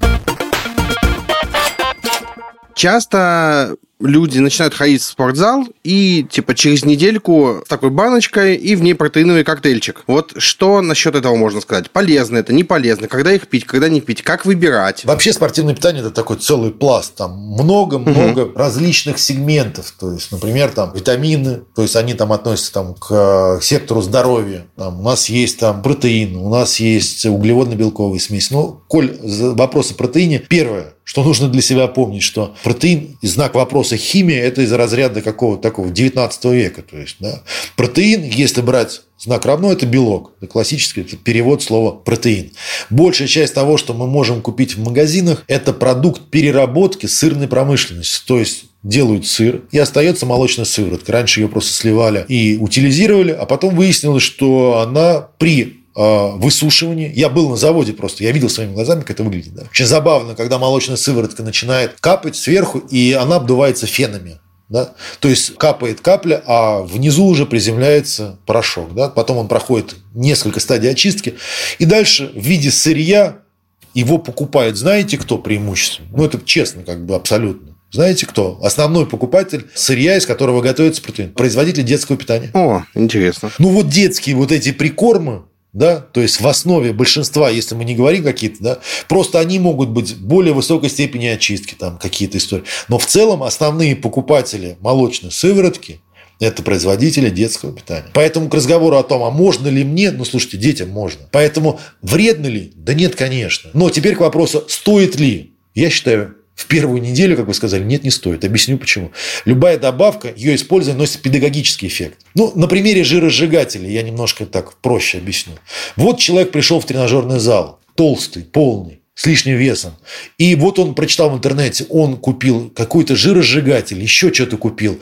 Часто люди начинают ходить в спортзал и через недельку с такой баночкой и в ней протеиновый коктейльчик. Что насчет этого можно сказать? Полезно это, не полезно? Когда их пить, когда не пить? Как выбирать? Вообще спортивное питание – это такой целый пласт. Там много-много различных сегментов. То есть, например, витамины, то есть они относятся к сектору здоровья. У нас есть протеин, у нас есть углеводно-белковые смеси. Коль вопрос о протеине, первое, что нужно для себя помнить, что протеин, знак вопроса химия, это из разряда какого-то такого 19 века. То есть, да, протеин, если брать знак равно, это белок. Это классический перевод слова протеин. Большая часть того, что мы можем купить в магазинах, это продукт переработки сырной промышленности. То есть делают сыр, и остается молочная сыворотка. Раньше ее просто сливали и утилизировали, а потом выяснилось, что она при высушивании. Я был на заводе просто, я видел своими глазами, как это выглядит. Да? Очень забавно, когда молочная сыворотка начинает капать сверху, и она обдувается фенами. Да? То есть капает капля, а внизу уже приземляется порошок. Да? Потом он проходит несколько стадий очистки. И дальше в виде сырья его покупает, знаете, кто преимущественно? Это честно, абсолютно. Знаете кто? Основной покупатель сырья, из которого готовится протеин. Производитель детского питания. Интересно. Детские эти прикормы, да, то есть в основе большинства, если мы не говорим какие-то, да, просто они могут быть более высокой степени очистки, какие-то истории. Но в целом основные покупатели молочной сыворотки – это производители детского питания. Поэтому к разговору о том, а можно ли мне, слушайте, детям можно. Поэтому вредно ли? Да нет, конечно. Но теперь к вопросу, стоит ли? Я считаю, в первую неделю, как вы сказали, нет, не стоит. Объясню почему. Любая добавка, ее использование носит педагогический эффект. На примере жиросжигателей я немножко так проще объясню. Человек пришел в тренажерный зал, толстый, полный, с лишним весом. И он прочитал в интернете, он купил какой-то жиросжигатель, еще что-то купил.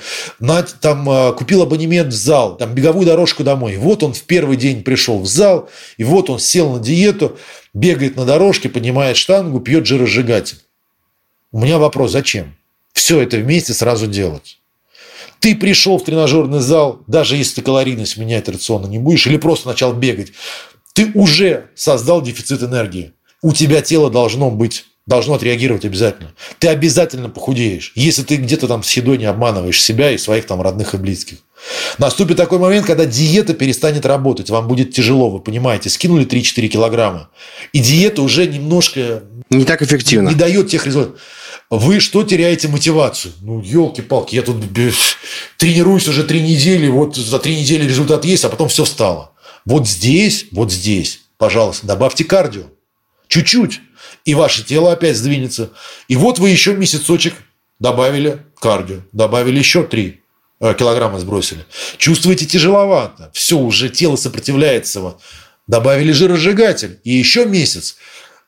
Купил абонемент в зал, беговую дорожку домой. Он в первый день пришел в зал, и он сел на диету, бегает на дорожке, поднимает штангу, пьет жиросжигатель. У меня вопрос, зачем? Все это вместе сразу делать. Ты пришел в тренажерный зал, даже если ты калорийность менять рационно не будешь, или просто начал бегать, ты уже создал дефицит энергии. У тебя тело должно отреагировать обязательно. Ты обязательно похудеешь, если ты где-то с едой не обманываешь себя и своих родных и близких. Наступит такой момент, когда диета перестанет работать, вам будет тяжело, вы понимаете, скинули 3-4 килограмма, и диета уже немножко не так эффективно, не дает тех результатов. Вы что теряете мотивацию? Елки-палки, я тут тренируюсь уже 3 недели, за 3 недели результат есть, а потом все встало. Здесь, пожалуйста, добавьте кардио. Чуть-чуть. И ваше тело опять сдвинется. И вы еще месяцочек добавили кардио. Добавили еще 3 килограмма сбросили. Чувствуете тяжеловато. Все, уже тело сопротивляется. Добавили жиросжигатель. И еще месяц.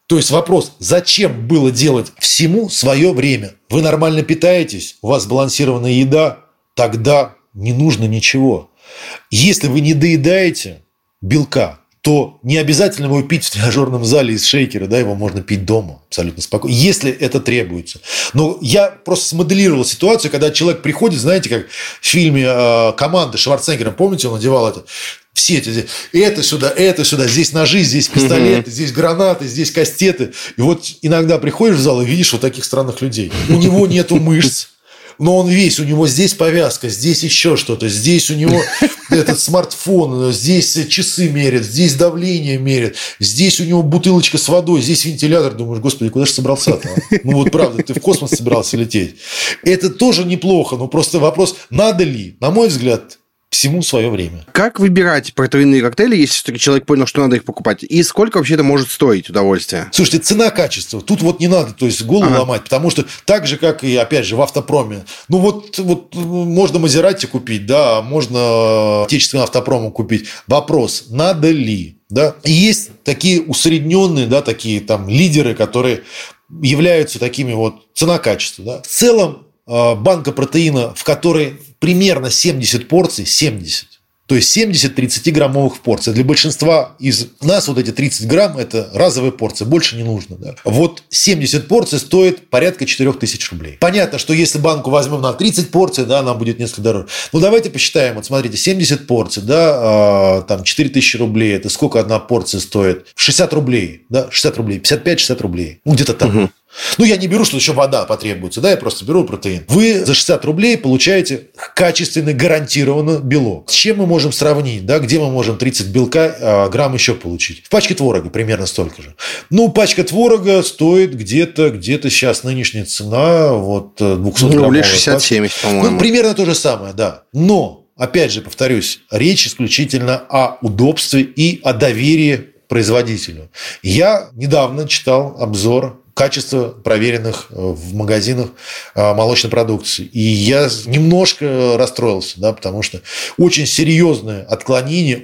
То есть вопрос, зачем было делать всему свое время? Вы нормально питаетесь, у вас сбалансированная еда, тогда не нужно ничего. Если вы не доедаете белка, то не обязательно его пить в тренажерном зале из шейкера, да, его можно пить дома абсолютно спокойно, если это требуется. Но я просто смоделировал ситуацию, когда человек приходит, знаете, как в фильме «Команда» Шварценеггера, помните, он надевал все эти, это сюда, здесь ножи, здесь пистолеты, здесь гранаты, здесь кастеты. И вот иногда приходишь в зал и видишь вот таких странных людей. У него нету мышц, но он весь, у него здесь повязка, здесь еще что-то, здесь у него этот смартфон, здесь часы мерят, здесь давление мерят, здесь у него бутылочка с водой, здесь вентилятор. Думаешь, господи, куда же собрался-то? Ну вот правда, ты в космос собирался лететь. Это тоже неплохо, но просто вопрос, надо ли, на мой взгляд, всему свое время. Как выбирать протеиновые коктейли, если все-таки человек понял, что надо их покупать? И сколько вообще это может стоить удовольствие? Слушайте, цена-качество. Тут вот не надо, то есть, голову ломать, потому что так же, как и, опять же, в автопроме. Ну, вот можно Мазерати купить, да, можно отечественного автопрома купить. Вопрос, надо ли? Да? И есть такие усредненные, да, такие там лидеры, которые являются такими вот цена-качество. Да? В целом, банка протеина, в которой примерно 70 порций, 70. То есть 70 30-граммовых порций. Для большинства из нас вот эти 30 грамм – это разовая порция, больше не нужно. Да? Вот 70 порций стоит порядка 4000 рублей. Понятно, что если банку возьмем на 30 порций, да, она будет несколько дороже. Ну, давайте посчитаем. Вот смотрите, 70 порций, да, там 4000 рублей. Это сколько одна порция стоит? 60 рублей, да, 60 рублей, 55-60 рублей. Ну, где-то там. Ну, я не беру, что еще вода потребуется, да, я просто беру протеин. Вы за 60 рублей получаете качественный, гарантированно белок. С чем мы можем сравнить, да, где мы можем 30 белка, грамм еще получить? В пачке творога примерно столько же. Ну, пачка творога стоит где-то сейчас нынешняя цена, вот 200 граммовая. Рублей 60-70, по-моему. Ну, примерно то же самое, да. Но, опять же, повторюсь, речь исключительно о удобстве и о доверии производителю. Я недавно читал обзор качество проверенных в магазинах молочной продукции. И я немножко расстроился, да, потому что очень серьезное отклонение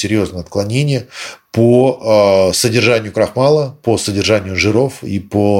по содержанию крахмала, по содержанию жиров и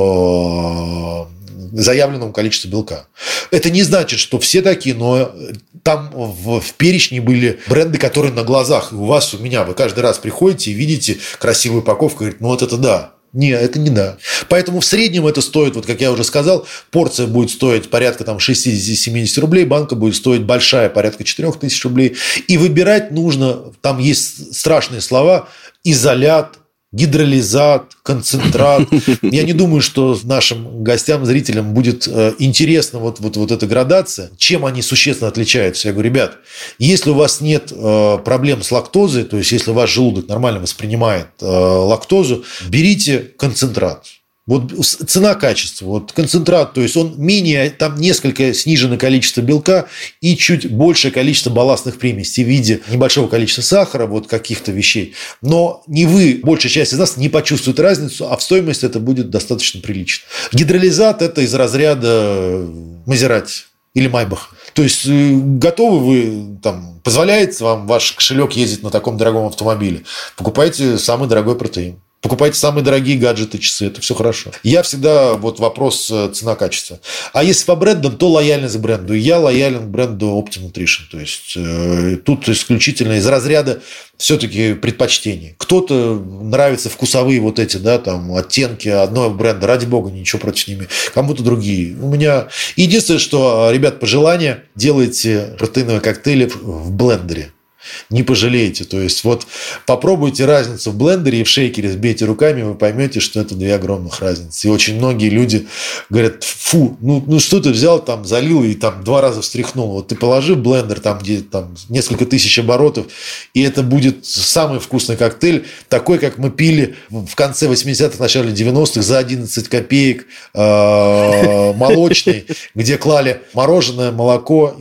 по заявленному количеству белка. Это не значит, что все такие, но там в перечне были бренды, которые на глазах у вас, у меня. Вы каждый раз приходите и видите красивую упаковку и говорите, ну вот это да. Нет, это не да. Поэтому в среднем это стоит, вот как я уже сказал, порция будет стоить порядка там 60-70 рублей, банка будет стоить большая порядка 4000 рублей. И выбирать нужно, там есть страшные слова, изолят, гидролизат, концентрат. Я не думаю, что нашим гостям, зрителям будет интересна вот эта градация, чем они существенно отличаются. Я говорю, ребят, если у вас нет проблем с лактозой, то есть если ваш желудок нормально воспринимает лактозу, берите концентрат. Вот цена-качество, вот концентрат, то есть он менее, там несколько снижено количество белка и чуть большее количество балластных примесей в виде небольшого количества сахара, вот каких-то вещей. Но не вы, большая часть из нас не почувствует разницу, а в стоимости это будет достаточно прилично. Гидролизат – это из разряда Мазерати или Майбах. То есть готовы вы, там, позволяет вам ваш кошелек ездить на таком дорогом автомобиле, покупайте самый дорогой протеин. Покупайте самые дорогие гаджеты, часы, это все хорошо. Я всегда, вот вопрос цена-качество. А если по брендам, то лояльность к бренду. Я лоялен к бренду Optimum Nutrition. То есть, тут исключительно из разряда все-таки предпочтений. Кто-то нравятся вкусовые вот эти, да, там, оттенки одного бренда. Ради бога, ничего против ними. Кому-то другие. У меня единственное, что, ребят, пожелание, делайте протеиновые коктейли в блендере. Не пожалеете. То есть, вот попробуйте разницу в блендере и в шейкере, сбейте руками, вы поймете, что это две огромных разницы. И очень многие люди говорят, фу, ну что ты взял, там, залил и там 2 раза встряхнул. Вот ты положи в блендер, там, где там несколько тысяч оборотов, и это будет самый вкусный коктейль, такой, как мы пили в конце 80-х, начале 90-х за 11 копеек молочный, где клали мороженое, молоко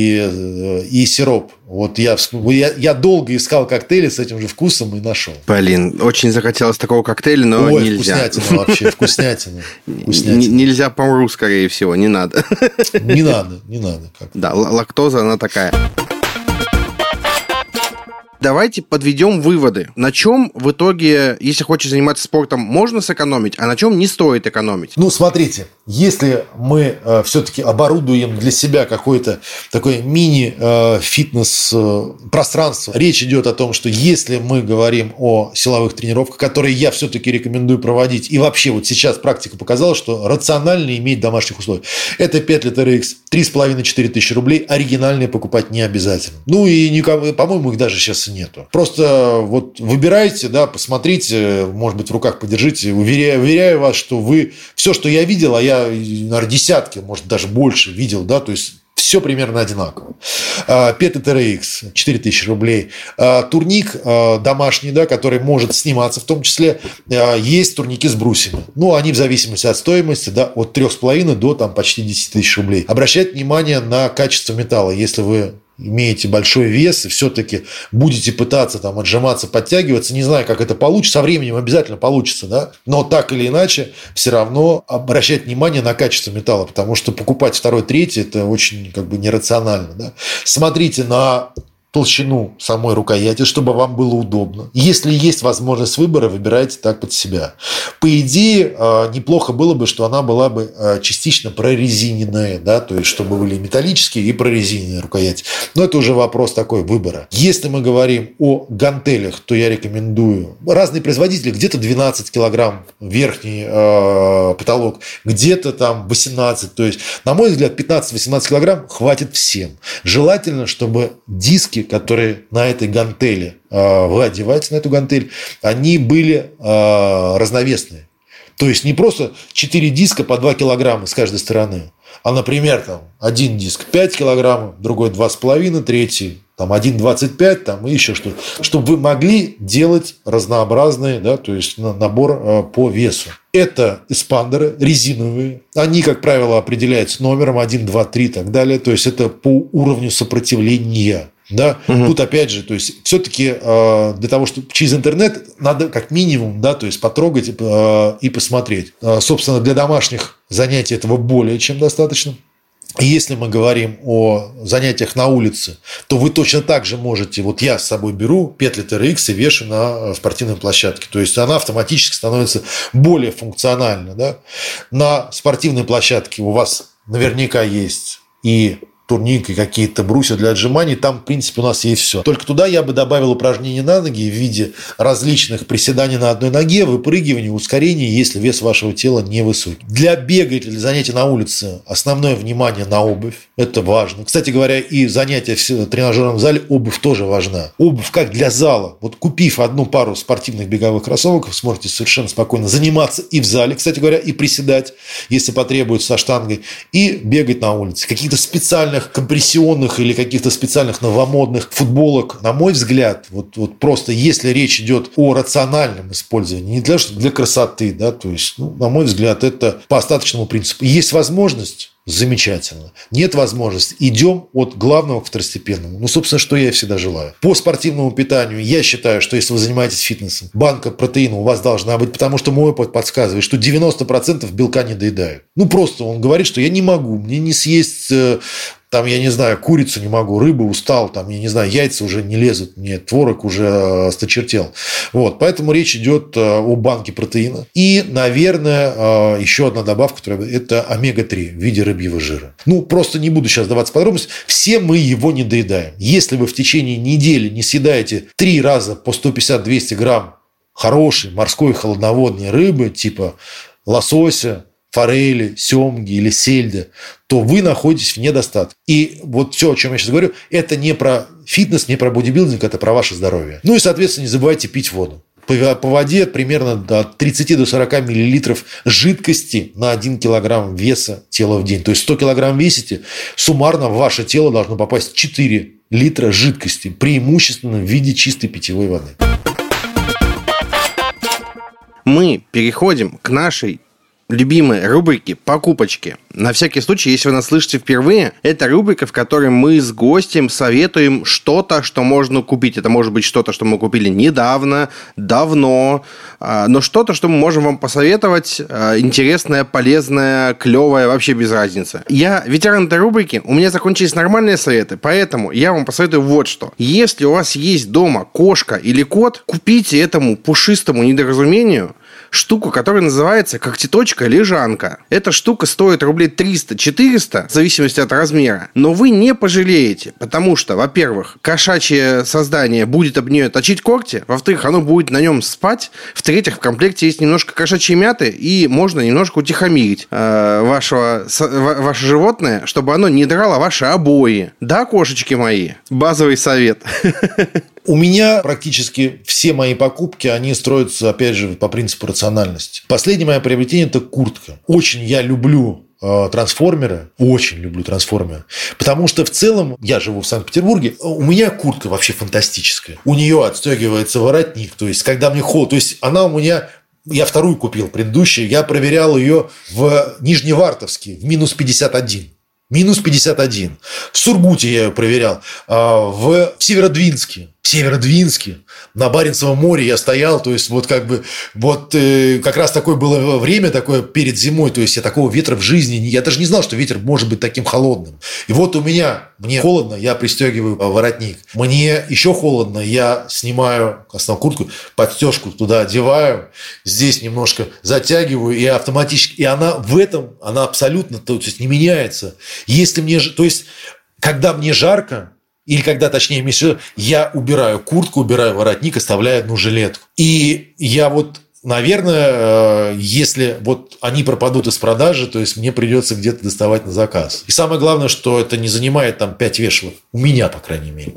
и сироп. Вот я долго искал коктейли с этим же вкусом и нашел. Блин, очень захотелось такого коктейля, но нельзя. Вкуснятина вообще, вкуснятина. Нельзя, помру, скорее всего, не надо. Не надо. Да, лактоза, она такая. Давайте подведем выводы. На чем в итоге, если хочешь заниматься спортом, можно сэкономить, а на чем не стоит экономить? Ну, смотрите, если мы все-таки оборудуем для себя какое-то такое мини-фитнес-пространство, речь идет о том, что если мы говорим о силовых тренировках, которые я все-таки рекомендую проводить, и вообще вот сейчас практика показала, что рационально иметь в домашних условиях, это петли TRX 3,5-4 тысячи рублей, оригинальные покупать не обязательно. Ну, и никого, по-моему, их даже сейчас нету. Просто вот выбирайте, да, посмотрите, может быть, в руках подержите. Уверяю вас, что вы все, что я видел, а я, наверное, десятки, может, даже больше видел, да, то есть все примерно одинаково. Петли TRX 4000 рублей. Турник домашний, да, который может сниматься в том числе. Есть турники с брусьями. Ну, они в зависимости от стоимости, да, от 3,5 до там, почти 10 тысяч рублей. Обращайте внимание на качество металла. Если вы имеете большой вес и все-таки будете пытаться там отжиматься, подтягиваться, не знаю, как это получится, со временем обязательно получится, да, но так или иначе все равно обращать внимание на качество металла, потому что покупать второй, третий – это очень как бы нерационально, да. Смотрите на толщину самой рукояти, чтобы вам было удобно. Если есть возможность выбора, выбирайте так под себя. По идее, неплохо было бы, что она была бы частично прорезиненная, да, то есть, чтобы были металлические и прорезиненные рукояти. Но это уже вопрос такой выбора. Если мы говорим о гантелях, то я рекомендую разные производители, где-то 12 килограмм верхний потолок, где-то там 18. То есть, на мой взгляд, 15-18 килограмм хватит всем. Желательно, чтобы диски, которые на этой гантели вы одеваете, на эту гантель, они были разновесные. То есть не просто 4 диска по 2 килограмма с каждой стороны, а, например, там, один диск 5 килограммов, другой 2,5, третий там 1,25, там, и еще что-то. Чтобы вы могли делать разнообразный, да, то есть набор по весу. Это эспандеры резиновые. Они, как правило, определяются номером 1, 2, 3 и так далее. То есть это по уровню сопротивления. Да? Тут опять же, то есть все-таки для того, чтобы через интернет надо как минимум, да, то есть потрогать и посмотреть. Собственно, для домашних занятий этого более чем достаточно. Если мы говорим о занятиях на улице, то вы точно так же можете, вот я с собой беру петли TRX и вешаю на спортивной площадке. То есть она автоматически становится более функциональной. Да? На спортивной площадке у вас наверняка есть и турник, и какие-то брусья для отжиманий, там, в принципе, у нас есть все. Только туда я бы добавил упражнения на ноги в виде различных приседаний на одной ноге, выпрыгиваний, ускорений, если вес вашего тела невысокий. Для бега или для занятий на улице основное внимание на обувь. Это важно. Кстати говоря, и занятия в тренажерном зале, обувь тоже важна. Обувь как для зала. Вот купив одну пару спортивных беговых кроссовок, вы сможете совершенно спокойно заниматься и в зале, кстати говоря, и приседать, если потребуется, со штангой, и бегать на улице. Каких-то специальных компрессионных или каких-то специальных новомодных футболок, на мой взгляд, вот просто если речь идет о рациональном использовании, не для красоты, да, то есть, на мой взгляд, это по остаточному принципу. Есть возможность – замечательно. Нет возможности – идем от главного к второстепенному. Собственно, что я всегда желаю. По спортивному питанию я считаю, что если вы занимаетесь фитнесом, банка протеина у вас должна быть, потому что мой опыт подсказывает, что 90% белка не доедают. Просто он говорит, что я не могу, мне не съесть там, я не знаю, курицу не могу, рыбу устал, там, я не знаю, яйца уже не лезут, мне творог уже осточертел. Поэтому речь идет о банке протеина. И, наверное, еще одна добавка, это омега-3 в виде рыбьего жира. Просто не буду сейчас даваться подробности. Все мы его не доедаем. Если вы в течение недели не съедаете 3 раза по 150-200 грамм хорошей морской холодноводной рыбы, типа лосося, форели, семги или сельди, то вы находитесь в недостатке. И вот все, о чем я сейчас говорю, это не про фитнес, не про бодибилдинг, это про ваше здоровье. И, соответственно, не забывайте пить воду. По воде примерно от 30 до 40 миллилитров жидкости на 1 килограмм веса тела в день. То есть 100 килограмм весите, суммарно в ваше тело должно попасть 4 литра жидкости, преимущественно в виде чистой питьевой воды. Мы переходим к нашей любимой рубрики «Покупочки». На всякий случай, если вы нас слышите впервые, это рубрика, в которой мы с гостем советуем что-то, что можно купить. Это может быть что-то, что мы купили недавно, давно, но что-то, что мы можем вам посоветовать, интересное, полезное, клевое, вообще без разницы. Я ветеран этой рубрики, у меня закончились нормальные советы, поэтому я вам посоветую вот что. Если у вас есть дома кошка или кот, купите этому пушистому недоразумению штуку, которая называется когтеточка-лежанка. Эта штука стоит рублей 300-400, в зависимости от размера, но вы не пожалеете, потому что, во-первых, кошачье создание будет об нее точить когти, во-вторых, оно будет на нем спать, в-третьих, в комплекте есть немножко кошачьей мяты, и можно немножко утихомирить ваше животное, чтобы оно не драло ваши обои. Да, кошечки мои? Базовый совет. У меня практически все мои покупки, они строятся, опять же, по принципу рациональности. Последнее мое приобретение – это куртка. Очень я люблю трансформеры, очень люблю трансформеры, потому что в целом, я живу в Санкт-Петербурге, у меня куртка вообще фантастическая. У нее отстегивается воротник, то есть, когда мне холодно, то есть, она у меня... Я вторую купил, предыдущую, я проверял ее в Нижневартовске, в минус 51. Минус 51. В Сургуте я ее проверял. В Северодвинске. На Баренцевом море я стоял, то есть вот как бы вот как раз такое было время такое перед зимой, то есть я такого ветра в жизни, я даже не знал, что ветер может быть таким холодным. И вот мне холодно, я пристегиваю воротник. Мне еще холодно, я снимаю основную куртку, подстежку туда одеваю, здесь немножко затягиваю, и автоматически, и она абсолютно, то есть не меняется. То есть когда мне жарко, или когда, точнее, я убираю куртку, убираю воротник, оставляю одну жилетку. И я наверное, если они пропадут из продажи, то есть мне придется где-то доставать на заказ. И самое главное, что это не занимает 5 вешалок. У меня, по крайней мере.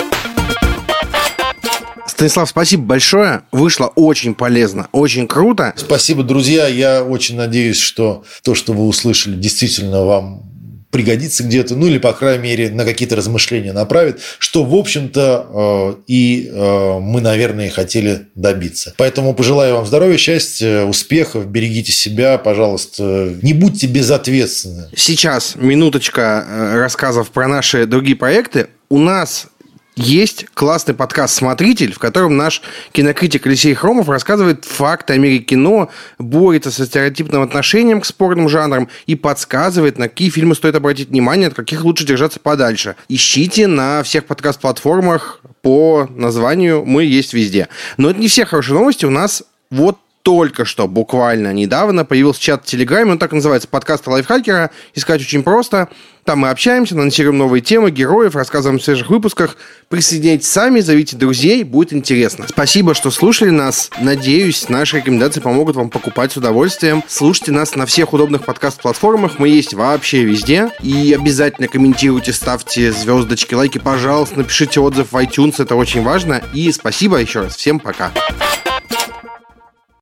Станислав, спасибо большое. Вышло очень полезно, очень круто. Спасибо, друзья. Я очень надеюсь, что то, что вы услышали, действительно вам пригодится где-то, или, по крайней мере, на какие-то размышления направит, что, в общем-то, мы, наверное, хотели добиться. Поэтому пожелаю вам здоровья, счастья, успехов, берегите себя, пожалуйста, не будьте безответственны. Сейчас минуточка рассказов про наши другие проекты. У нас есть классный подкаст «Смотритель», в котором наш кинокритик Алексей Хромов рассказывает факты о мире кино, борется со стереотипным отношением к спорным жанрам и подсказывает, на какие фильмы стоит обратить внимание, от каких лучше держаться подальше. Ищите на всех подкаст-платформах по названию «Мы есть везде». Но это не все хорошие новости. У нас только что, буквально недавно, появился чат в Телеграме, он так называется, подкаст лайфхакера, искать очень просто. Там мы общаемся, анонсируем новые темы, героев, рассказываем о свежих выпусках. Присоединяйтесь сами, зовите друзей, будет интересно. Спасибо, что слушали нас. Надеюсь, наши рекомендации помогут вам покупать с удовольствием. Слушайте нас на всех удобных подкаст-платформах, мы есть вообще везде. И обязательно комментируйте, ставьте звездочки, лайки, пожалуйста, напишите отзыв в iTunes, это очень важно. И спасибо еще раз, всем пока.